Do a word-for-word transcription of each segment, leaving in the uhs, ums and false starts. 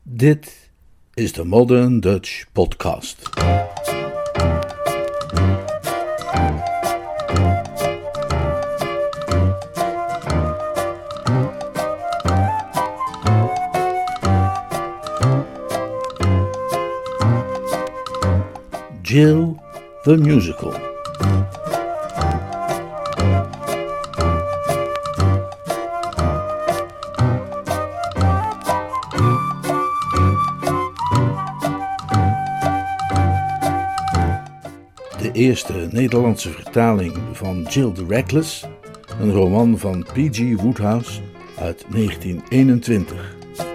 Dit is de Modern Dutch Podcast. Jill the Musical. De eerste Nederlandse vertaling van Jill the Reckless, een roman van P G Wodehouse uit negentien eenentwintig.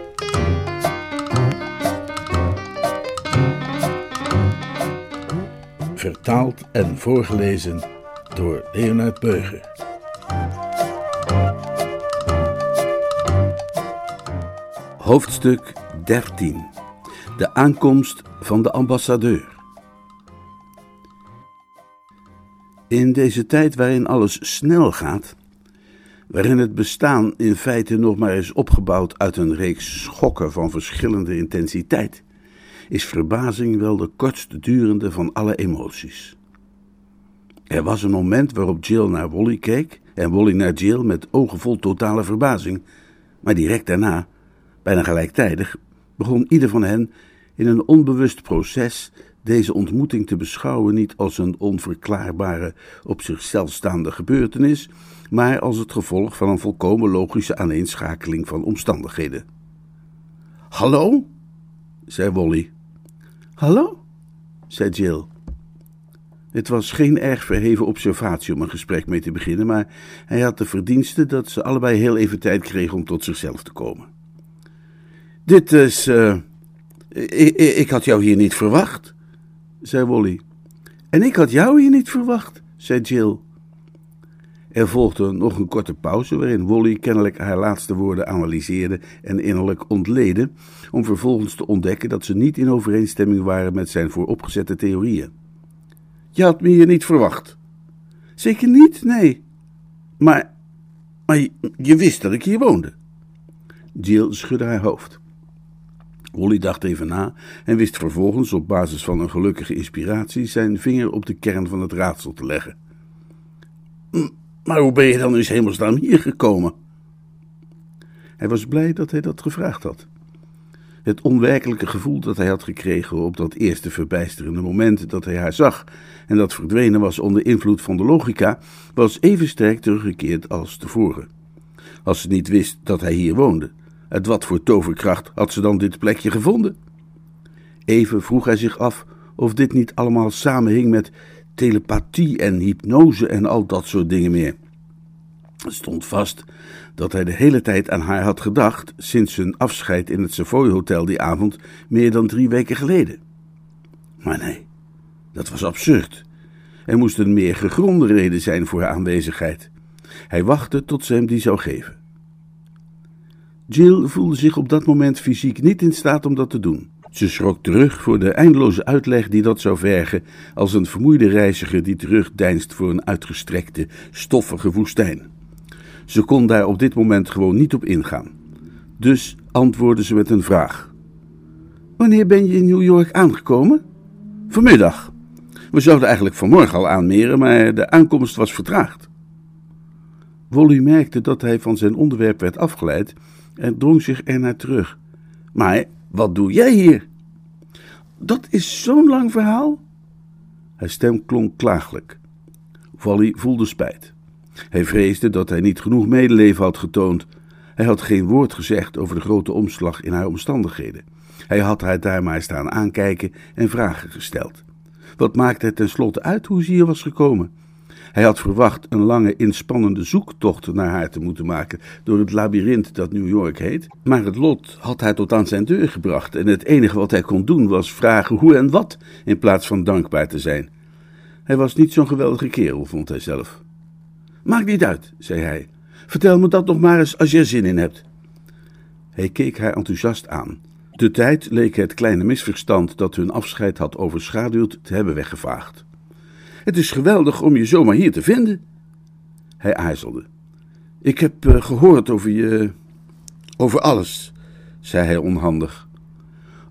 Vertaald en voorgelezen door Leonard Beuger. Hoofdstuk dertien. De aankomst van de ambassadeur. In deze tijd waarin alles snel gaat, waarin het bestaan in feite nog maar is opgebouwd uit een reeks schokken van verschillende intensiteit, is verbazing wel de kortst durende van alle emoties. Er was een moment waarop Jill naar Wally keek en Wally naar Jill met ogen vol totale verbazing, maar direct daarna, bijna gelijktijdig, begon ieder van hen in een onbewust proces deze ontmoeting te beschouwen niet als een onverklaarbare, op zichzelf staande gebeurtenis, maar als het gevolg van een volkomen logische aaneenschakeling van omstandigheden. "Hallo?" zei Wally. "Hallo?" zei Jill. Het was geen erg verheven observatie om een gesprek mee te beginnen, maar hij had de verdienste dat ze allebei heel even tijd kregen om tot zichzelf te komen. Dit is... Uh, ik, ik had jou hier niet verwacht, zei Wally. En ik had jou hier niet verwacht, zei Jill. Er volgde nog een korte pauze waarin Wally kennelijk haar laatste woorden analyseerde en innerlijk ontleedde, om vervolgens te ontdekken dat ze niet in overeenstemming waren met zijn vooropgezette theorieën. Je had me hier niet verwacht. Zeker niet, nee. Maar, maar je, je wist dat ik hier woonde. Jill schudde haar hoofd. Wally dacht even na en wist vervolgens op basis van een gelukkige inspiratie zijn vinger op de kern van het raadsel te leggen. Maar hoe ben je dan in hemelsnaam hier gekomen? Hij was blij dat hij dat gevraagd had. Het onwerkelijke gevoel dat hij had gekregen op dat eerste verbijsterende moment dat hij haar zag en dat verdwenen was onder invloed van de logica, was even sterk teruggekeerd als tevoren. Als ze niet wist dat hij hier woonde, uit wat voor toverkracht had ze dan dit plekje gevonden? Even vroeg hij zich af of dit niet allemaal samenhing met telepathie en hypnose en al dat soort dingen meer. Het stond vast dat hij de hele tijd aan haar had gedacht sinds zijn afscheid in het Savoy Hotel die avond meer dan drie weken geleden. Maar nee, dat was absurd. Er moest een meer gegronde reden zijn voor haar aanwezigheid. Hij wachtte tot ze hem die zou geven. Jill voelde zich op dat moment fysiek niet in staat om dat te doen. Ze schrok terug voor de eindeloze uitleg die dat zou vergen als een vermoeide reiziger die terugdeinst voor een uitgestrekte, stoffige woestijn. Ze kon daar op dit moment gewoon niet op ingaan. Dus antwoordde ze met een vraag. Wanneer ben je in New York aangekomen? Vanmiddag. We zouden eigenlijk vanmorgen al aanmeren, maar de aankomst was vertraagd. Wally merkte dat hij van zijn onderwerp werd afgeleid en drong zich ernaar terug. Maar wat doe jij hier? Dat is zo'n lang verhaal. Haar stem klonk klagelijk. Wally voelde spijt. Hij vreesde dat hij niet genoeg medeleven had getoond. Hij had geen woord gezegd over de grote omslag in haar omstandigheden. Hij had haar daar maar staan aankijken en vragen gesteld. Wat maakte het tenslotte uit hoe ze hier was gekomen? Hij had verwacht een lange, inspannende zoektocht naar haar te moeten maken door het labyrint dat New York heet, maar het lot had haar tot aan zijn deur gebracht en het enige wat hij kon doen was vragen hoe en wat in plaats van dankbaar te zijn. Hij was niet zo'n geweldige kerel, vond hij zelf. Maakt niet uit, zei hij. Vertel me dat nog maar eens als je er zin in hebt. Hij keek haar enthousiast aan. De tijd leek het kleine misverstand dat hun afscheid had overschaduwd te hebben weggevaagd. Het is geweldig om je zomaar hier te vinden. Hij aarzelde. Ik heb uh, gehoord over je... over alles, zei hij onhandig.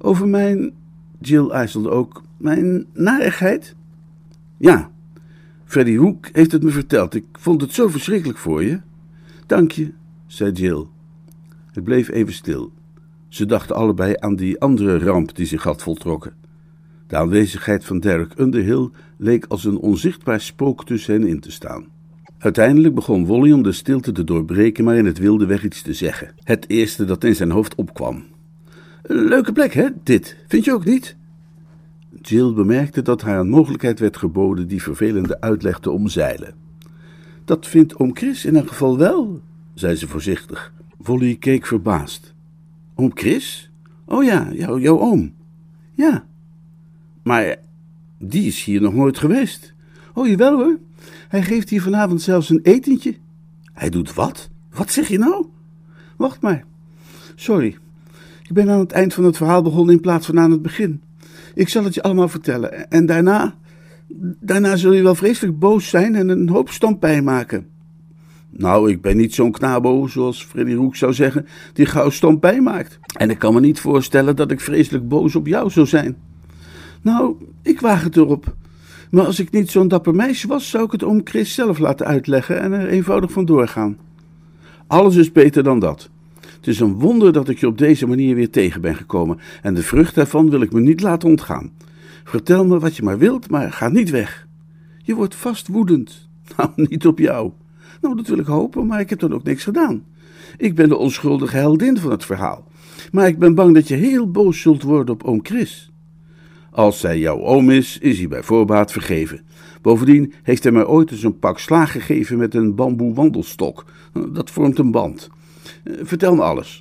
Over mijn... Jill aarzelde ook. Mijn narigheid? Ja, Freddy Hook heeft het me verteld. Ik vond het zo verschrikkelijk voor je. Dank je, zei Jill. Het bleef even stil. Ze dachten allebei aan die andere ramp die zich had voltrokken. De aanwezigheid van Derek Underhill leek als een onzichtbaar spook tussen hen in te staan. Uiteindelijk begon Wally om de stilte te doorbreken, maar in het wilde weg iets te zeggen. Het eerste dat in zijn hoofd opkwam. Een leuke plek, hè, dit? Vind je ook niet? Jill bemerkte dat haar een mogelijkheid werd geboden die vervelende uitleg te omzeilen. Dat vindt oom Chris in elk geval wel, zei ze voorzichtig. Wally keek verbaasd. Oom Chris? Oh ja, jou, jouw oom. Ja. Maar die is hier nog nooit geweest. Oh, jawel hoor. Hij geeft hier vanavond zelfs een etentje. Hij doet wat? Wat zeg je nou? Wacht maar. Sorry. Ik ben aan het eind van het verhaal begonnen in plaats van aan het begin. Ik zal het je allemaal vertellen. En daarna... Daarna zul je wel vreselijk boos zijn en een hoop stampijn maken. Nou, ik ben niet zo'n knabo, zoals Freddy Hook zou zeggen, die gauw stampijn maakt. En ik kan me niet voorstellen dat ik vreselijk boos op jou zou zijn. Nou, ik waag het erop. Maar als ik niet zo'n dapper meisje was, zou ik het oom Chris zelf laten uitleggen en er eenvoudig van doorgaan. Alles is beter dan dat. Het is een wonder dat ik je op deze manier weer tegen ben gekomen en de vrucht daarvan wil ik me niet laten ontgaan. Vertel me wat je maar wilt, maar ga niet weg. Je wordt vast woedend. Nou, niet op jou. Nou, dat wil ik hopen, maar ik heb dan ook niks gedaan. Ik ben de onschuldige heldin van het verhaal. Maar ik ben bang dat je heel boos zult worden op oom Chris. Als zij jouw oom is, is hij bij voorbaat vergeven. Bovendien heeft hij mij ooit eens een pak slaag gegeven met een bamboe wandelstok. Dat vormt een band. Vertel me alles.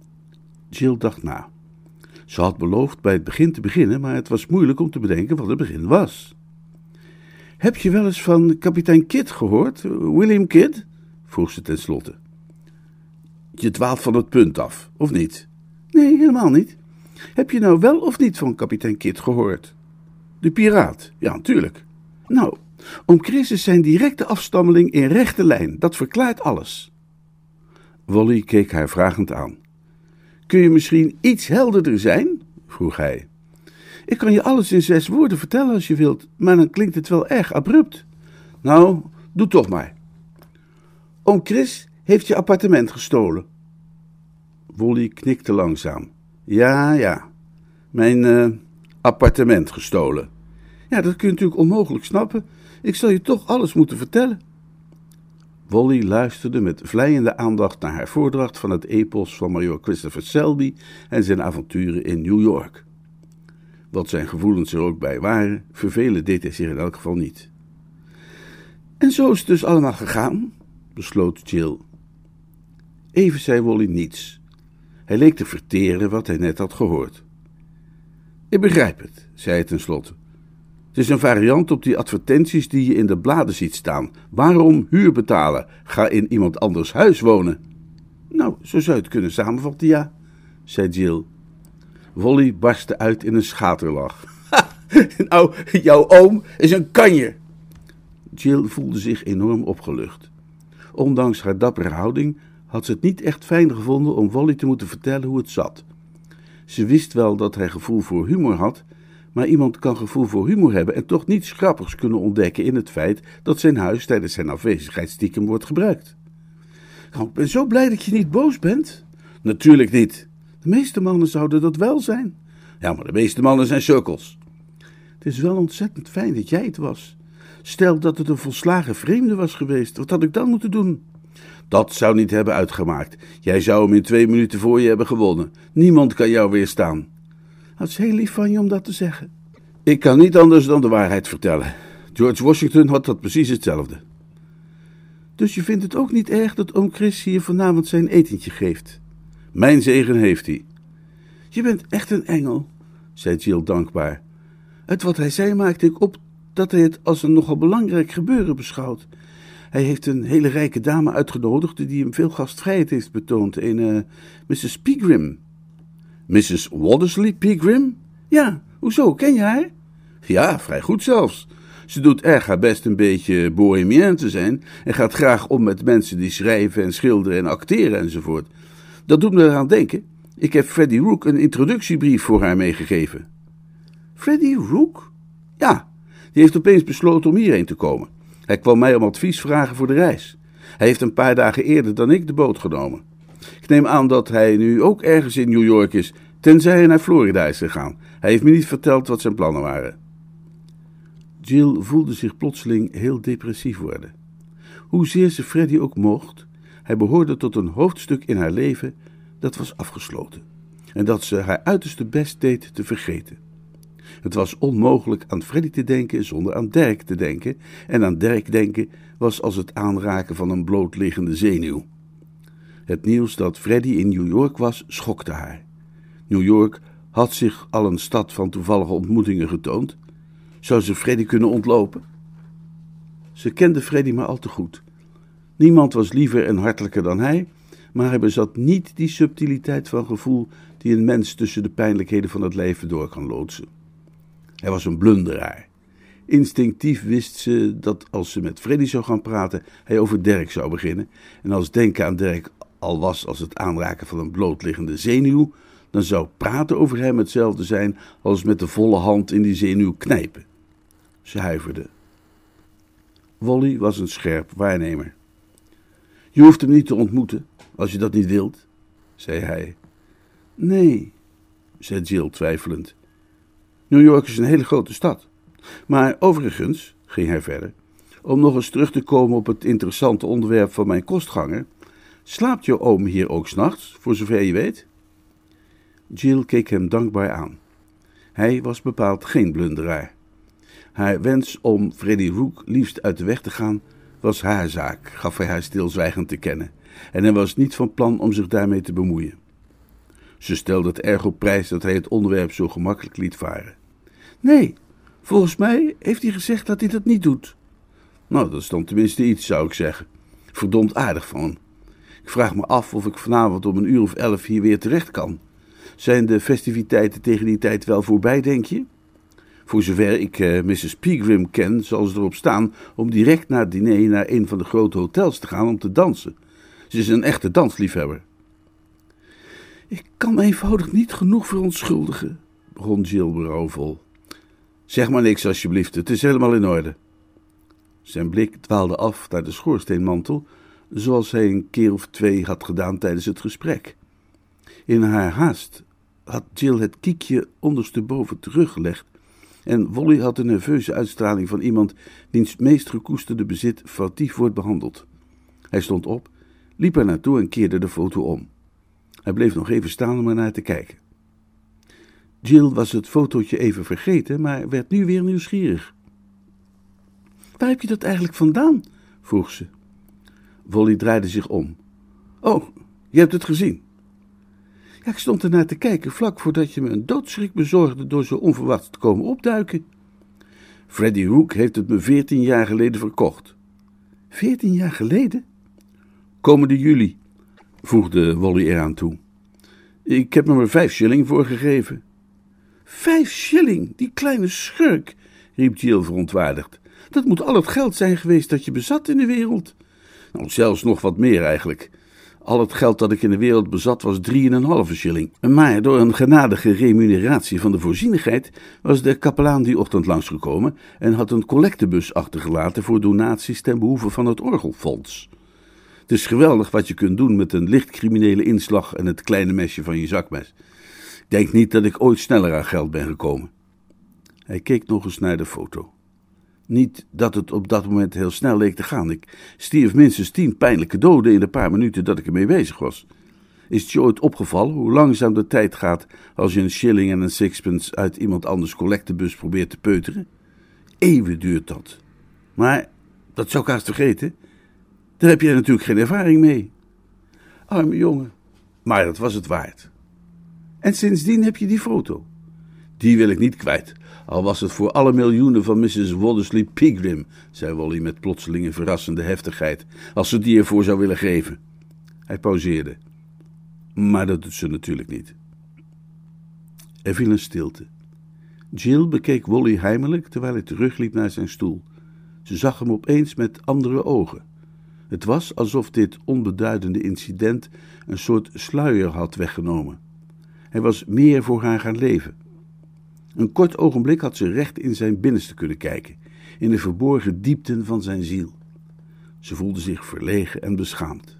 Jill dacht na. Ze had beloofd bij het begin te beginnen, maar het was moeilijk om te bedenken wat het begin was. Heb je wel eens van kapitein Kidd gehoord? William Kidd? Vroeg ze tenslotte. Je dwaalt van het punt af, of niet? Nee, helemaal niet. Heb je nou wel of niet van kapitein Kidd gehoord? De piraat, ja, natuurlijk. Nou, oom Chris is zijn directe afstammeling in rechte lijn. Dat verklaart alles. Wally keek haar vragend aan. Kun je misschien iets helderder zijn? Vroeg hij. Ik kan je alles in zes woorden vertellen als je wilt, maar dan klinkt het wel erg abrupt. Nou, doe toch maar. Oom Chris heeft je appartement gestolen. Wally knikte langzaam. Ja, ja, mijn uh, appartement gestolen. Ja, dat kun je natuurlijk onmogelijk snappen. Ik zal je toch alles moeten vertellen. Wally luisterde met vleiende aandacht naar haar voordracht van het epos van majoor Christopher Selby en zijn avonturen in New York. Wat zijn gevoelens er ook bij waren, vervelen deed hij zich in elk geval niet. En zo is het dus allemaal gegaan, besloot Jill. Even zei Wally niets. Hij leek te verteren wat hij net had gehoord. Ik begrijp het, zei hij tenslotte. Het is een variant op die advertenties die je in de bladen ziet staan. Waarom huur betalen? Ga in iemand anders huis wonen. Nou, zo zou je het kunnen samenvatten, ja, zei Jill. Wally barstte uit in een schaterlach. Ha, nou, jouw oom is een kanjer. Jill voelde zich enorm opgelucht. Ondanks haar dappere houding had ze het niet echt fijn gevonden om Wally te moeten vertellen hoe het zat. Ze wist wel dat hij gevoel voor humor had, maar iemand kan gevoel voor humor hebben en toch niets grappigs kunnen ontdekken in het feit dat zijn huis tijdens zijn afwezigheid stiekem wordt gebruikt. Oh, ik ben zo blij dat je niet boos bent. Natuurlijk niet. De meeste mannen zouden dat wel zijn. Ja, maar de meeste mannen zijn sukkels. Het is wel ontzettend fijn dat jij het was. Stel dat het een volslagen vreemde was geweest, wat had ik dan moeten doen? Dat zou niet hebben uitgemaakt. Jij zou hem in twee minuten voor je hebben gewonnen. Niemand kan jou weerstaan. Het is heel lief van je om dat te zeggen. Ik kan niet anders dan de waarheid vertellen. George Washington had dat precies hetzelfde. Dus je vindt het ook niet erg dat oom Chris hier vanavond zijn etentje geeft? Mijn zegen heeft hij. Je bent echt een engel, zei Jill dankbaar. Uit wat hij zei maakte ik op dat hij het als een nogal belangrijk gebeuren beschouwt. Hij heeft een hele rijke dame uitgenodigd die hem veel gastvrijheid heeft betoond, een uh, missus Pegram. missus Waddesley Pegram? Ja, hoezo, ken je haar? Ja, vrij goed zelfs. Ze doet erg haar best een beetje bohemien te zijn en gaat graag om met mensen die schrijven en schilderen en acteren enzovoort. Dat doet me eraan denken. Ik heb Freddie Rook een introductiebrief voor haar meegegeven. Freddie Rook? Ja, die heeft opeens besloten om hierheen te komen. Hij kwam mij om advies vragen voor de reis. Hij heeft een paar dagen eerder dan ik de boot genomen. Ik neem aan dat hij nu ook ergens in New York is, tenzij hij naar Florida is gegaan. Hij heeft me niet verteld wat zijn plannen waren. Jill voelde zich plotseling heel depressief worden. Hoezeer ze Freddie ook mocht, hij behoorde tot een hoofdstuk in haar leven dat was afgesloten en dat ze haar uiterste best deed te vergeten. Het was onmogelijk aan Freddie te denken zonder aan Derek te denken, en aan Derek denken was als het aanraken van een blootliggende zenuw. Het nieuws dat Freddie in New York was, schokte haar. New York had zich al een stad van toevallige ontmoetingen getoond. Zou ze Freddie kunnen ontlopen? Ze kende Freddie maar al te goed. Niemand was liever en hartelijker dan hij, maar hij bezat niet die subtiliteit van gevoel die een mens tussen de pijnlijkheden van het leven door kan loodsen. Hij was een blunderaar. Instinctief wist ze dat als ze met Freddie zou gaan praten, hij over Derek zou beginnen. En als denken aan Derek al was als het aanraken van een blootliggende zenuw, dan zou praten over hem hetzelfde zijn als met de volle hand in die zenuw knijpen. Ze huiverde. Wally was een scherp waarnemer. Je hoeft hem niet te ontmoeten, als je dat niet wilt, zei hij. Nee, zei Jill twijfelend. New York is een hele grote stad. Maar overigens, ging hij verder, om nog eens terug te komen op het interessante onderwerp van mijn kostganger, slaapt je oom hier ook 's nachts, voor zover je weet? Jill keek hem dankbaar aan. Hij was bepaald geen blunderaar. Haar wens om Freddie Rook liefst uit de weg te gaan was haar zaak, gaf hij haar stilzwijgend te kennen, en hij was niet van plan om zich daarmee te bemoeien. Ze stelde het erg op prijs dat hij het onderwerp zo gemakkelijk liet varen. Nee, volgens mij heeft hij gezegd dat hij dat niet doet. Nou, dat is dan tenminste iets, zou ik zeggen. Verdomd aardig van hem. Ik vraag me af of ik vanavond om een uur of elf hier weer terecht kan. Zijn de festiviteiten tegen die tijd wel voorbij, denk je? Voor zover ik uh, missus Pegram ken, zal ze erop staan om direct na het diner naar een van de grote hotels te gaan om te dansen. Ze is een echte dansliefhebber. Ik kan me eenvoudig niet genoeg verontschuldigen, begon Jill berouwvol. Zeg maar niks alsjeblieft, het is helemaal in orde. Zijn blik dwaalde af naar de schoorsteenmantel, zoals hij een keer of twee had gedaan tijdens het gesprek. In haar haast had Jill het kiekje ondersteboven teruggelegd en Wally had de nerveuze uitstraling van iemand wiens meest gekoesterde bezit foutief wordt behandeld. Hij stond op, liep er naartoe en keerde de foto om. Hij bleef nog even staan om er naar te kijken. Jill was het fotootje even vergeten, maar werd nu weer nieuwsgierig. Waar heb je dat eigenlijk vandaan? Vroeg ze. Wally draaide zich om. Oh, je hebt het gezien. Ja, ik stond er naar te kijken vlak voordat je me een doodschrik bezorgde door zo onverwacht te komen opduiken. Freddie Rook heeft het me veertien jaar geleden verkocht. Veertien jaar geleden? Komende juli, voegde Wally eraan toe. Ik heb hem er vijf shilling voor gegeven. Vijf shilling, die kleine schurk, riep Jill verontwaardigd. Dat moet al het geld zijn geweest dat je bezat in de wereld. Nou, zelfs nog wat meer eigenlijk. Al het geld dat ik in de wereld bezat was drieënhalve shilling. Maar door een genadige remuneratie van de voorzienigheid was de kapelaan die ochtend langsgekomen en had een collectebus achtergelaten voor donaties ten behoeve van het orgelfonds. Het is geweldig wat je kunt doen met een licht criminele inslag en het kleine mesje van je zakmes. Ik denk niet dat ik ooit sneller aan geld ben gekomen. Hij keek nog eens naar de foto. Niet dat het op dat moment heel snel leek te gaan. Ik stierf minstens tien pijnlijke doden in de paar minuten dat ik ermee bezig was. Is het je ooit opgevallen hoe langzaam de tijd gaat als je een shilling en een sixpence uit iemand anders collectebus probeert te peuteren? Eeuwen duurt dat. Maar, dat zou ik haast vergeten, daar heb jij natuurlijk geen ervaring mee. Arme jongen, maar dat was het waard. En sindsdien heb je die foto. Die wil ik niet kwijt, al was het voor alle miljoenen van missus Wallace Pegram, zei Wally met plotselinge verrassende heftigheid, als ze die ervoor zou willen geven. Hij pauzeerde. Maar dat doet ze natuurlijk niet. Er viel een stilte. Jill bekeek Wally heimelijk terwijl hij terugliep naar zijn stoel. Ze zag hem opeens met andere ogen. Het was alsof dit onbeduidende incident een soort sluier had weggenomen. Hij was meer voor haar gaan leven. Een kort ogenblik had ze recht in zijn binnenste kunnen kijken, in de verborgen diepten van zijn ziel. Ze voelde zich verlegen en beschaamd.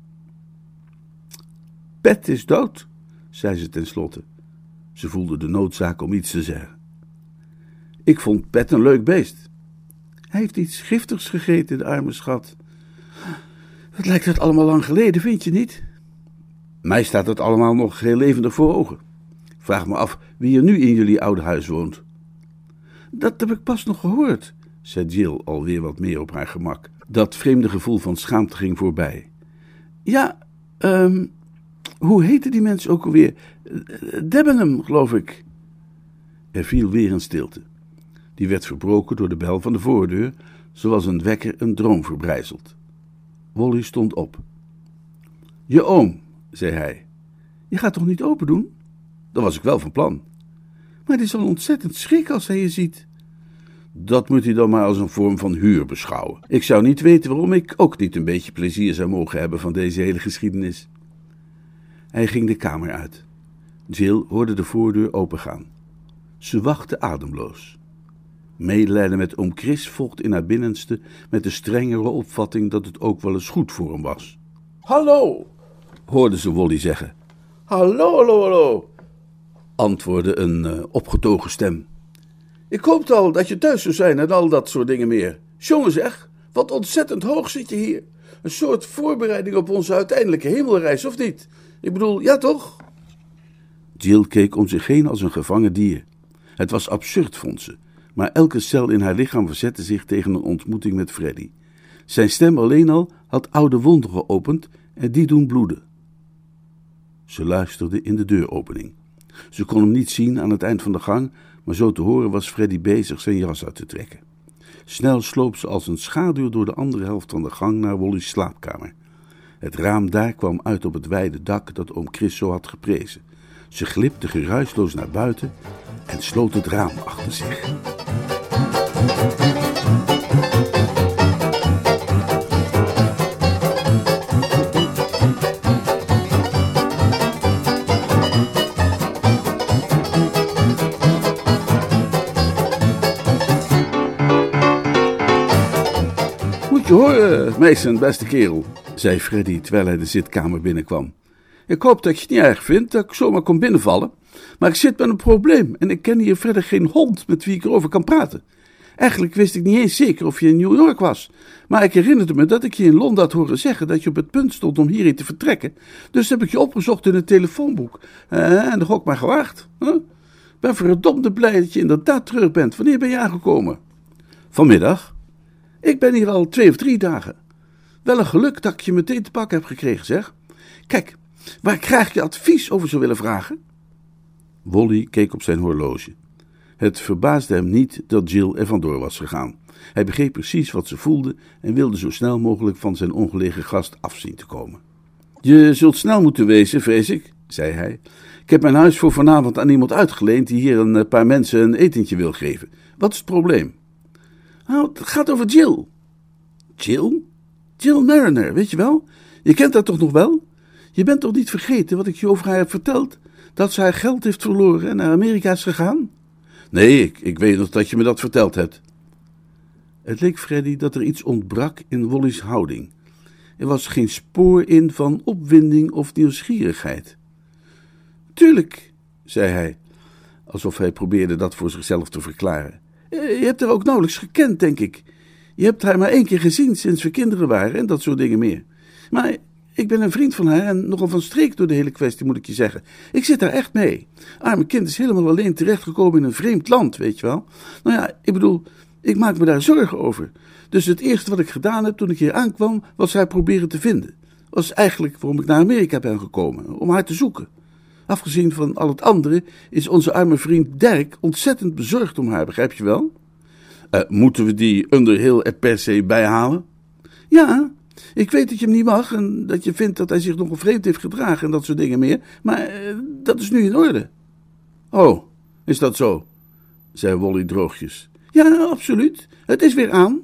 Pat is dood, zei ze tenslotte. Ze voelde de noodzaak om iets te zeggen. Ik vond Pat een leuk beest. Hij heeft iets giftigs gegeten, de arme schat. Het lijkt het allemaal lang geleden, vind je niet? Mij staat het allemaal nog heel levendig voor ogen. Vraag me af wie er nu in jullie oude huis woont. Dat heb ik pas nog gehoord, zei Jill alweer wat meer op haar gemak. Dat vreemde gevoel van schaamte ging voorbij. Ja, um, hoe heette die mens ook alweer? Debenham, geloof ik. Er viel weer een stilte. Die werd verbroken door de bel van de voordeur, zoals een wekker een droom verbrijzelt. Wally stond op. Je oom, zei hij. Je gaat toch niet open doen? Dat was ik wel van plan. Maar het is al ontzettend schrik als hij je ziet. Dat moet hij dan maar als een vorm van huur beschouwen. Ik zou niet weten waarom ik ook niet een beetje plezier zou mogen hebben van deze hele geschiedenis. Hij ging de kamer uit. Jill hoorde de voordeur opengaan. Ze wachtte ademloos. Medelijden met oom Chris vocht in haar binnenste met de strengere opvatting dat het ook wel eens goed voor hem was. Hallo, hoorde ze Wally zeggen. Hallo, hallo, hallo, antwoordde een uh, opgetogen stem. Ik hoopte al dat je thuis zou zijn en al dat soort dingen meer. Jongen zeg, wat ontzettend hoog zit je hier. Een soort voorbereiding op onze uiteindelijke hemelreis, of niet? Ik bedoel, ja toch? Jill keek om zich heen als een gevangen dier. Het was absurd, vond ze, maar elke cel in haar lichaam verzette zich tegen een ontmoeting met Freddy. Zijn stem alleen al had oude wonden geopend en die doen bloeden. Ze luisterde in de deuropening. Ze kon hem niet zien aan het eind van de gang, maar zo te horen was Freddy bezig zijn jas uit te trekken. Snel sloop ze als een schaduw door de andere helft van de gang naar Wally's slaapkamer. Het raam daar kwam uit op het wijde dak dat oom Chris zo had geprezen. Ze glipte geruisloos naar buiten en sloot het raam achter zich. Moet je horen, Mason, beste kerel, zei Freddy terwijl hij de zitkamer binnenkwam. Ik hoop dat je het niet erg vindt dat ik zomaar kom binnenvallen, maar ik zit met een probleem en ik ken hier verder geen hond met wie ik erover kan praten. Eigenlijk wist ik niet eens zeker of je in New York was, maar ik herinnerde me dat ik je in Londen had horen zeggen dat je op het punt stond om hierheen te vertrekken, dus heb ik je opgezocht in het telefoonboek uh, en nog ook maar gewaagd. Huh? Ik ben verdomde blij dat je inderdaad terug bent. Wanneer ben je aangekomen? Vanmiddag. Ik ben hier al twee of drie dagen. Wel een geluk dat ik je meteen te pakken heb gekregen, zeg. Kijk, waar ik graag je advies over zou willen vragen? Wally keek op zijn horloge. Het verbaasde hem niet dat Jill er vandoor was gegaan. Hij begreep precies wat ze voelde en wilde zo snel mogelijk van zijn ongelegen gast af zien te komen. Je zult snel moeten wezen, vrees ik, zei hij. Ik heb mijn huis voor vanavond aan iemand uitgeleend die hier een paar mensen een etentje wil geven. Wat is het probleem? Nou, het gaat over Jill. Jill? Jill Mariner, weet je wel? Je kent haar toch nog wel? Je bent toch niet vergeten wat ik je over haar heb verteld? Dat ze haar geld heeft verloren en naar Amerika is gegaan? Nee, ik, ik weet nog dat je me dat verteld hebt. Het leek Freddy dat er iets ontbrak in Wally's houding. Er was geen spoor in van opwinding of nieuwsgierigheid. Tuurlijk, zei hij, alsof hij probeerde dat voor zichzelf te verklaren. Je hebt haar ook nauwelijks gekend, denk ik. Je hebt haar maar één keer gezien sinds we kinderen waren en dat soort dingen meer. Maar ik ben een vriend van haar en nogal van streek door de hele kwestie, moet ik je zeggen. Ik zit daar echt mee. Arme kind is helemaal alleen terechtgekomen in een vreemd land, weet je wel. Nou ja, ik bedoel, ik maak me daar zorgen over. Dus het eerste wat ik gedaan heb toen ik hier aankwam, was haar proberen te vinden. Was eigenlijk waarom ik naar Amerika ben gekomen, om haar te zoeken. Afgezien van al het andere is onze arme vriend Dirk ontzettend bezorgd om haar, begrijp je wel? Uh, moeten we die Underhill er per se bijhalen? Ja, ik weet dat je hem niet mag en dat je vindt dat hij zich nogal vreemd heeft gedragen en dat soort dingen meer, maar uh, dat is nu in orde. Oh, is dat zo? Zei Wally droogjes. Ja, absoluut. Het is weer aan.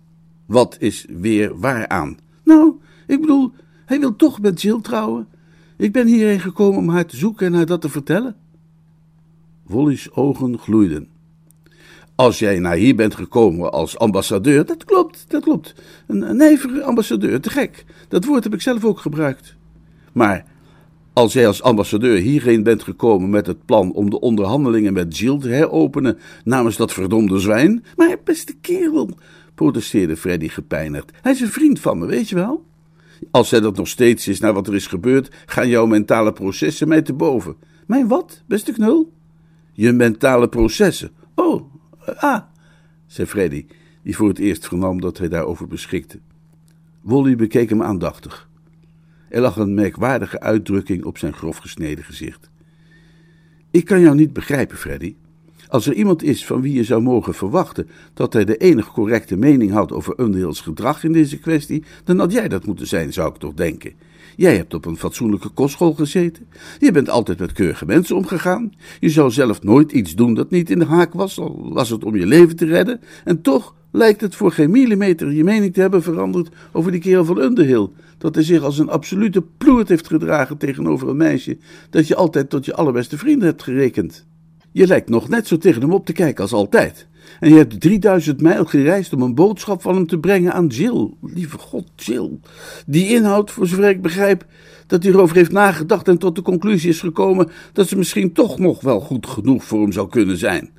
Wat is weer waar aan? Nou, ik bedoel, hij wil toch met Jill trouwen. Ik ben hierheen gekomen om haar te zoeken en haar dat te vertellen. Wolly's ogen gloeiden. Als jij naar hier bent gekomen als ambassadeur, dat klopt, dat klopt. Een, een nijvere ambassadeur, te gek. Dat woord heb ik zelf ook gebruikt. Maar als jij als ambassadeur hierheen bent gekomen met het plan om de onderhandelingen met Jill te heropenen namens dat verdomde zwijn... Maar beste kerel, protesteerde Freddy gepijnigd. Hij is een vriend van me, weet je wel? Als hij dat nog steeds is na wat er is gebeurd, gaan jouw mentale processen mij te boven. Mijn wat, beste knul? Je mentale processen. Oh, ah, zei Freddy, die voor het eerst vernam dat hij daarover beschikte. Wolly bekeek hem aandachtig. Er lag een merkwaardige uitdrukking op zijn grof gesneden gezicht. Ik kan jou niet begrijpen, Freddy. Als er iemand is van wie je zou mogen verwachten dat hij de enig correcte mening had over Underhill's gedrag in deze kwestie, dan had jij dat moeten zijn, zou ik toch denken. Jij hebt op een fatsoenlijke kostschool gezeten. Je bent altijd met keurige mensen omgegaan. Je zou zelf nooit iets doen dat niet in de haak was, al was het om je leven te redden. En toch lijkt het voor geen millimeter je mening te hebben veranderd over die kerel van Underhill, dat hij zich als een absolute ploert heeft gedragen tegenover een meisje dat je altijd tot je allerbeste vrienden hebt gerekend. Je lijkt nog net zo tegen hem op te kijken als altijd. En je hebt drieduizend mijl gereisd om een boodschap van hem te brengen aan Jill. Lieve God, Jill. Die inhoudt, voor zover ik begrijp, dat hij erover heeft nagedacht en tot de conclusie is gekomen dat ze misschien toch nog wel goed genoeg voor hem zou kunnen zijn.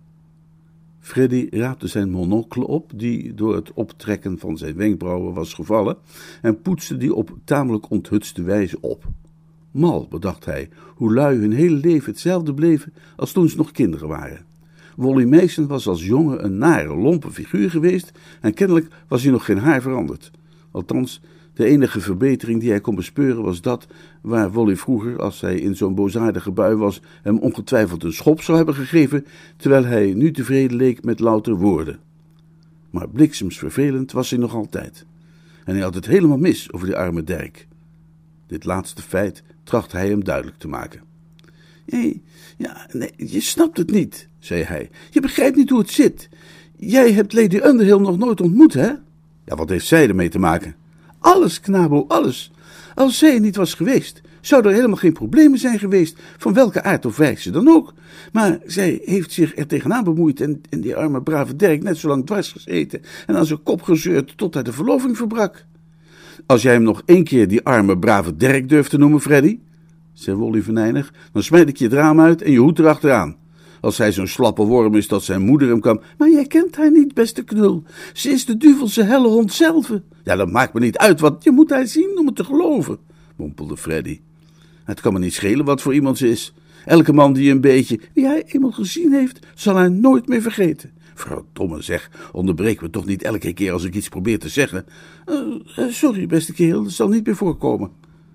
Freddy raapte zijn monocle op, die door het optrekken van zijn wenkbrauwen was gevallen, en poetste die op tamelijk onthutste wijze op. Mal, bedacht hij, hoe lui hun hele leven hetzelfde bleven als toen ze nog kinderen waren. Wolly Mason was als jongen een nare, lompe figuur geweest en kennelijk was hij nog geen haar veranderd. Althans, de enige verbetering die hij kon bespeuren was dat waar Wolly vroeger, als hij in zo'n boosaardige bui was, hem ongetwijfeld een schop zou hebben gegeven, terwijl hij nu tevreden leek met louter woorden. Maar bliksemsvervelend was hij nog altijd. En hij had het helemaal mis over die arme Dirk. Dit laatste feit trachtte hij hem duidelijk te maken. Nee, ja, nee, je snapt het niet, zei hij. Je begrijpt niet hoe het zit. Jij hebt Lady Underhill nog nooit ontmoet, hè? Ja, wat heeft zij ermee te maken? Alles, knabo, alles. Als zij er niet was geweest, zouden er helemaal geen problemen zijn geweest, van welke aard of wijze dan ook. Maar zij heeft zich er tegenaan bemoeid en, en die arme brave Dirk net zo lang dwars gezeten en aan zijn kop gezeurd tot hij de verloving verbrak. Als jij hem nog één keer die arme brave Dirk durft te noemen, Freddy, zei Wolly venijnig, dan smijt ik je het raam uit en je hoed erachteraan. Als hij zo'n slappe worm is dat zijn moeder hem kan... Maar jij kent haar niet, beste knul. Ze is de duvelse helle hond zelf. Ja, dat maakt me niet uit, want je moet haar zien om het te geloven, mompelde Freddy. Het kan me niet schelen wat voor iemand ze is. Elke man die een beetje, die hij eenmaal gezien heeft, zal haar nooit meer vergeten. Verdomme zeg, onderbreek me toch niet elke keer als ik iets probeer te zeggen. Uh, uh, sorry, beste kerel, dat zal niet meer voorkomen.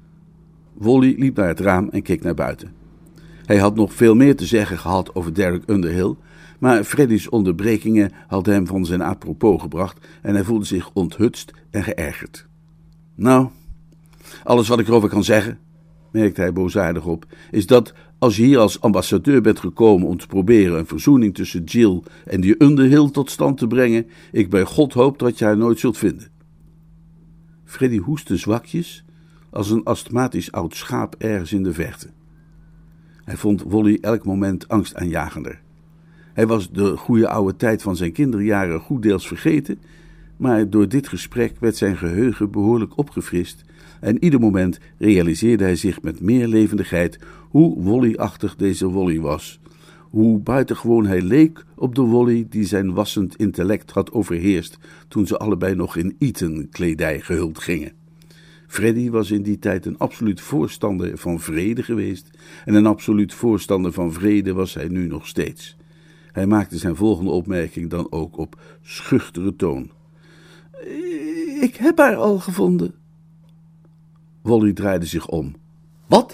Wolly liep naar het raam en keek naar buiten. Hij had nog veel meer te zeggen gehad over Derek Underhill, maar Freddy's onderbrekingen hadden hem van zijn apropos gebracht en hij voelde zich onthutst en geërgerd. Nou, alles wat ik erover kan zeggen, merkte hij boosaardig op, is dat als je hier als ambassadeur bent gekomen om te proberen een verzoening tussen Jill en die Underhill tot stand te brengen, ik bij God hoop dat je haar nooit zult vinden. Freddy hoestte zwakjes, als een astmatisch oud schaap ergens in de verte. Hij vond Wolly elk moment angstaanjagender. Hij was de goede oude tijd van zijn kinderjaren goed deels vergeten, maar door dit gesprek werd zijn geheugen behoorlijk opgefrist en ieder moment realiseerde hij zich met meer levendigheid hoe Wolly-achtig deze Wolly was, hoe buitengewoon hij leek op de Wolly die zijn wassend intellect had overheerst toen ze allebei nog in Eton-kledij gehuld gingen. Freddy was in die tijd een absoluut voorstander van vrede geweest en een absoluut voorstander van vrede was hij nu nog steeds. Hij maakte zijn volgende opmerking dan ook op schuchtere toon. Ik heb haar al gevonden. Wolly draaide zich om. Wat?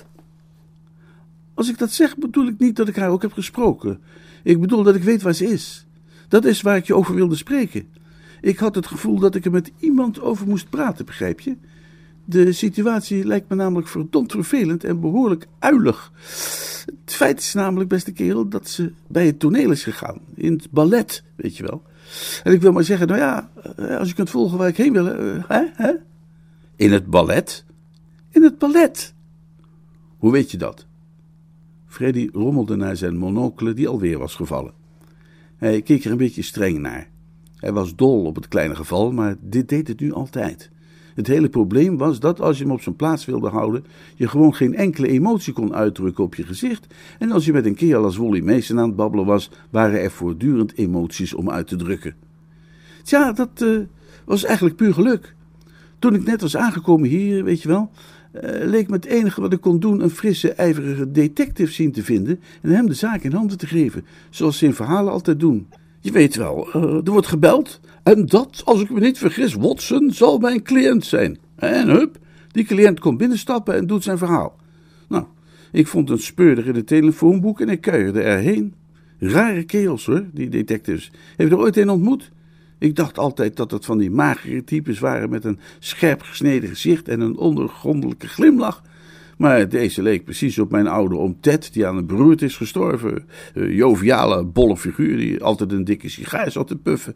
Als ik dat zeg, bedoel ik niet dat ik haar ook heb gesproken. Ik bedoel dat ik weet waar ze is. Dat is waar ik je over wilde spreken. Ik had het gevoel dat ik er met iemand over moest praten, begrijp je? De situatie lijkt me namelijk verdomd vervelend en behoorlijk uilig. Het feit is namelijk, beste kerel, dat ze bij het toneel is gegaan. In het ballet, weet je wel. En ik wil maar zeggen, nou ja, als je kunt volgen waar ik heen wil, uh, hè, hè? In het ballet? In het ballet. Hoe weet je dat? Freddy rommelde naar zijn monocle die alweer was gevallen. Hij keek er een beetje streng naar. Hij was dol op het kleine geval, maar dit deed het nu altijd. Het hele probleem was dat als je hem op zijn plaats wilde houden, je gewoon geen enkele emotie kon uitdrukken op je gezicht. En als je met een kerel als Wally Mason aan het babbelen was, waren er voortdurend emoties om uit te drukken. Tja, dat uh, was eigenlijk puur geluk. Toen ik net was aangekomen hier, weet je wel, uh, leek me het enige wat ik kon doen een frisse, ijverige detective zien te vinden en hem de zaak in handen te geven, zoals ze in verhalen altijd doen. Je weet wel, uh, er wordt gebeld en dat, als ik me niet vergis, Watson zal mijn cliënt zijn. En hup, die cliënt komt binnenstappen en doet zijn verhaal. Nou, ik vond een speurder in het telefoonboek en ik kuierde erheen. Rare kerels hoor, die detectives. Heb je er ooit een ontmoet? Ik dacht altijd dat het van die magere types waren met een scherp gesneden gezicht en een ondergrondelijke glimlach. Maar deze leek precies op mijn oude oom Ted, die aan een beroerte is gestorven. Een joviale, bolle figuur die altijd een dikke sigaar zat te puffen.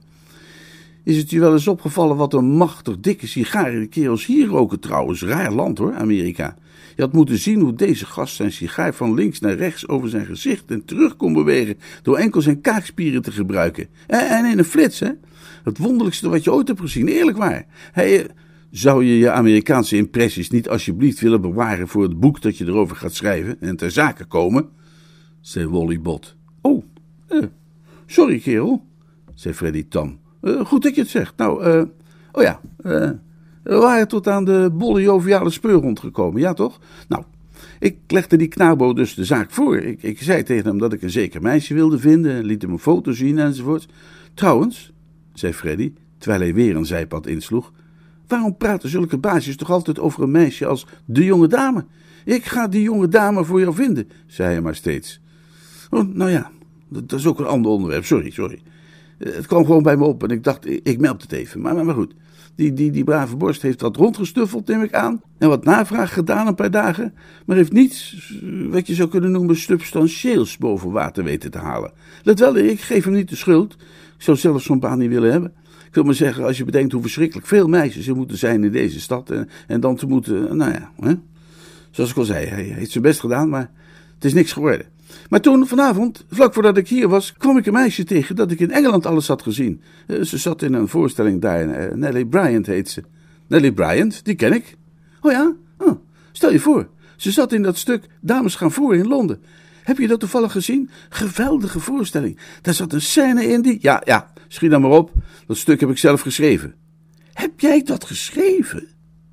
Is het je wel eens opgevallen wat een machtig dikke sigaren de kerels hier roken trouwens? Raar land hoor, Amerika. Je had moeten zien hoe deze gast zijn sigaar van links naar rechts over zijn gezicht en terug kon bewegen door enkel zijn kaakspieren te gebruiken. En in een flits, hè. Het wonderlijkste wat je ooit hebt gezien, eerlijk waar. Hij... Zou je je Amerikaanse impressies niet alsjeblieft willen bewaren voor het boek dat je erover gaat schrijven en ter zake komen? Zei Wally bot. Oh, eh, sorry kerel, zei Freddy tam. Uh, goed dat je het zegt. Nou, uh, oh ja, uh, we waren tot aan de bolle joviale speurhond gekomen, ja toch? Nou, ik legde die knabo dus de zaak voor. Ik, ik zei tegen hem dat ik een zeker meisje wilde vinden en liet hem een foto zien enzovoort. Trouwens, zei Freddy, terwijl hij weer een zijpad insloeg, waarom praten zulke baasjes toch altijd over een meisje als de jonge dame? Ik ga die jonge dame voor jou vinden, zei hij maar steeds. Oh, nou ja, dat is ook een ander onderwerp, sorry, sorry. Het kwam gewoon bij me op en ik dacht, ik meld het even. Maar, maar, maar goed, die, die, die brave borst heeft wat rondgestuffeld, neem ik aan. En wat navraag gedaan een paar dagen. Maar heeft niets, wat je zou kunnen noemen, substantieels boven water weten te halen. Let wel, ik geef hem niet de schuld. Ik zou zelfs zo'n baan niet willen hebben. Ik wil maar zeggen, als je bedenkt hoe verschrikkelijk veel meisjes er moeten zijn in deze stad. En, en dan te moeten, nou ja, hè? Zoals ik al zei, hij heeft zijn best gedaan, maar het is niks geworden. Maar toen, vanavond, vlak voordat ik hier was, kwam ik een meisje tegen dat ik in Engeland alles had gezien. Uh, ze zat in een voorstelling daar, uh, Nellie Bryant heet ze. Nellie Bryant, die ken ik. Oh ja? Oh, stel je voor, ze zat in dat stuk Dames gaan voor in Londen. Heb je dat toevallig gezien? Geweldige voorstelling. Daar zat een scène in die... Ja, ja, schiet dan maar op. Dat stuk heb ik zelf geschreven. Heb jij dat geschreven?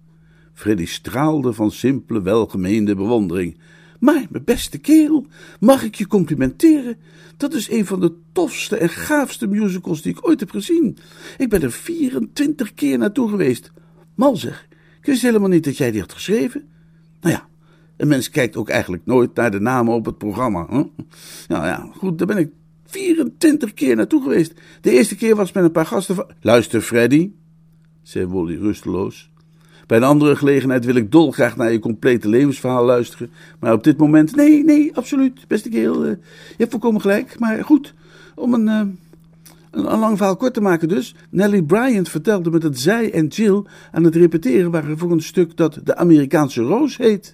Freddy straalde van simpele, welgemeende bewondering. Maar, mijn beste kerel, mag ik je complimenteren? Dat is een van de tofste en gaafste musicals die ik ooit heb gezien. Ik ben er vierentwintig keer naartoe geweest. Mal zeg, ik wist helemaal niet dat jij die had geschreven. Nou ja, een mens kijkt ook eigenlijk nooit naar de namen op het programma. Hè? Nou ja, goed, daar ben ik vierentwintig keer naartoe geweest. De eerste keer was met een paar gasten van... Luister, Freddy, zei Wally rusteloos. Bij een andere gelegenheid wil ik dolgraag naar je complete levensverhaal luisteren. Maar op dit moment, nee, nee, absoluut, beste kerel. Uh, je hebt volkomen gelijk, maar goed, om een, uh, een, een lang verhaal kort te maken dus. Nellie Bryant vertelde me dat zij en Jill aan het repeteren waren voor een stuk dat de Amerikaanse Roos heet.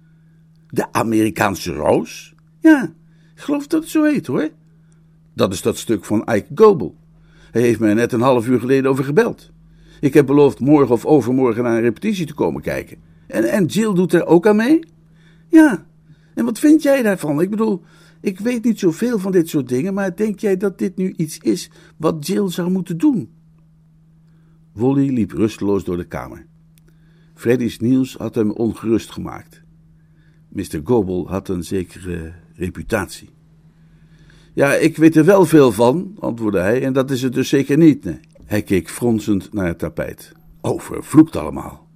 De Amerikaanse Roos? Ja, ik geloof dat het zo heet hoor. Dat is dat stuk van Ike Goebel. Hij heeft mij net een half uur geleden over gebeld. Ik heb beloofd morgen of overmorgen naar een repetitie te komen kijken. En, en Jill doet er ook aan mee? Ja, en wat vind jij daarvan? Ik bedoel, ik weet niet zoveel van dit soort dingen, maar denk jij dat dit nu iets is wat Jill zou moeten doen? Wally liep rusteloos door de kamer. Freddy's nieuws had hem ongerust gemaakt. mister Goebel had een zekere reputatie. Ja, ik weet er wel veel van, antwoordde hij, en dat is het dus zeker niet, nee. Hij keek fronsend naar het tapijt. Oh, vervloekt allemaal.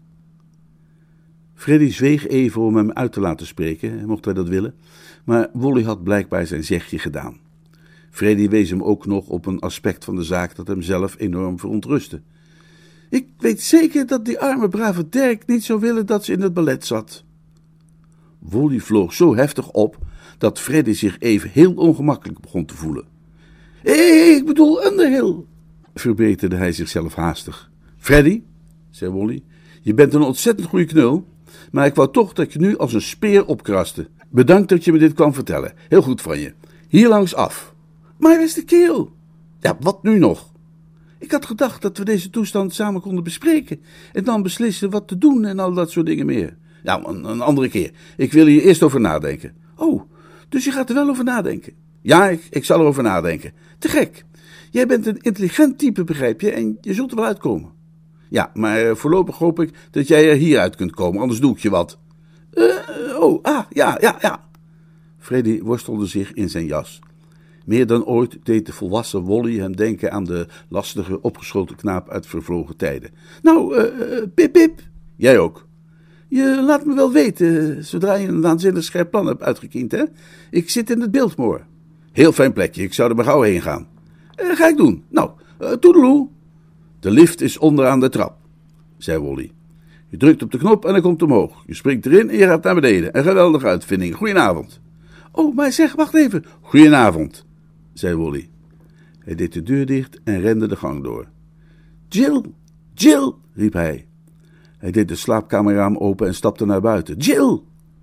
Freddy zweeg even om hem uit te laten spreken, mocht hij dat willen, maar Wally had blijkbaar zijn zegje gedaan. Freddy wees hem ook nog op een aspect van de zaak dat hem zelf enorm verontrustte. Ik weet zeker dat die arme brave Dirk niet zou willen dat ze in het ballet zat. Wally vloog zo heftig op dat Freddy zich even heel ongemakkelijk begon te voelen. Hé, ik bedoel Underhill, verbeterde hij zichzelf haastig. Freddy, zei Wally, je bent een ontzettend goede knul, maar ik wou toch dat je nu als een speer opkraste. Bedankt dat je me dit kwam vertellen. Heel goed van je. Hier langs af. Maar waar is de kerel? Ja, wat nu nog? Ik had gedacht dat we deze toestand samen konden bespreken en dan beslissen wat te doen en al dat soort dingen meer. Ja, een, een andere keer. Ik wil hier eerst over nadenken. Oh, dus je gaat er wel over nadenken? Ja, ik, ik zal erover nadenken. Te gek. Jij bent een intelligent type, begrijp je, en je zult er wel uitkomen. Ja, maar voorlopig hoop ik dat jij er hieruit kunt komen, anders doe ik je wat. Uh, oh, ah, ja, ja, ja. Freddy worstelde zich in zijn jas. Meer dan ooit deed de volwassen Wally hem denken aan de lastige, opgeschoten knaap uit vervlogen tijden. Nou, uh, uh, pip, pip. Jij ook. Je laat me wel weten, zodra je een waanzinnig scherp plan hebt uitgekiend, hè? Ik zit in het Biltmore. Heel fijn plekje, ik zou er maar gauw heen gaan. Uh, ga ik doen. Nou, uh, toedeloe. De lift is onderaan de trap, zei Wally. Je drukt op de knop en hij komt omhoog. Je springt erin en je gaat naar beneden. Een geweldige uitvinding. Goedenavond. Oh, maar zeg, wacht even. Goedenavond, zei Wally. Hij deed de deur dicht en rende de gang door. Jill, Jill, riep hij. Hij deed de slaapkamerraam open en stapte naar buiten. Jill!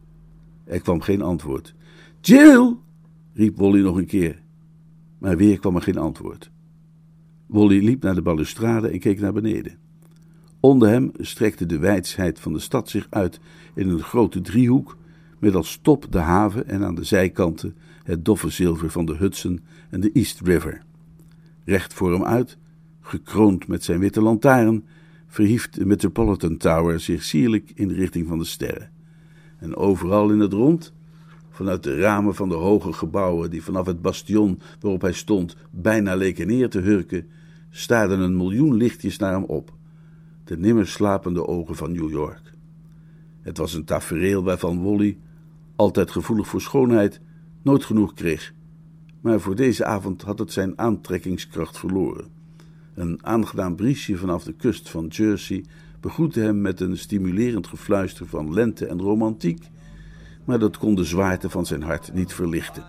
Er kwam geen antwoord. Jill! Riep Wally nog een keer. Maar weer kwam er geen antwoord. Wally liep naar de balustrade en keek naar beneden. Onder hem strekte de weidsheid van de stad zich uit in een grote driehoek, met als top de haven en aan de zijkanten het doffe zilver van de Hudson en de East River. Recht voor hem uit, gekroond met zijn witte lantaarn, verhief de Metropolitan Tower zich sierlijk in de richting van de sterren. En overal in het rond, vanuit de ramen van de hoge gebouwen die vanaf het bastion waarop hij stond bijna leken neer te hurken, staarden een miljoen lichtjes naar hem op, de nimmer slapende ogen van New York. Het was een tafereel waarvan Wally, altijd gevoelig voor schoonheid, nooit genoeg kreeg, maar voor deze avond had het zijn aantrekkingskracht verloren. Een aangenaam briesje vanaf de kust van Jersey begroette hem met een stimulerend gefluister van lente en romantiek, maar dat kon de zwaarte van zijn hart niet verlichten.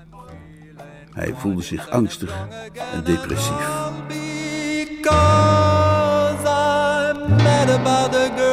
Hij voelde zich angstig en depressief. Because I'm mad about the girl.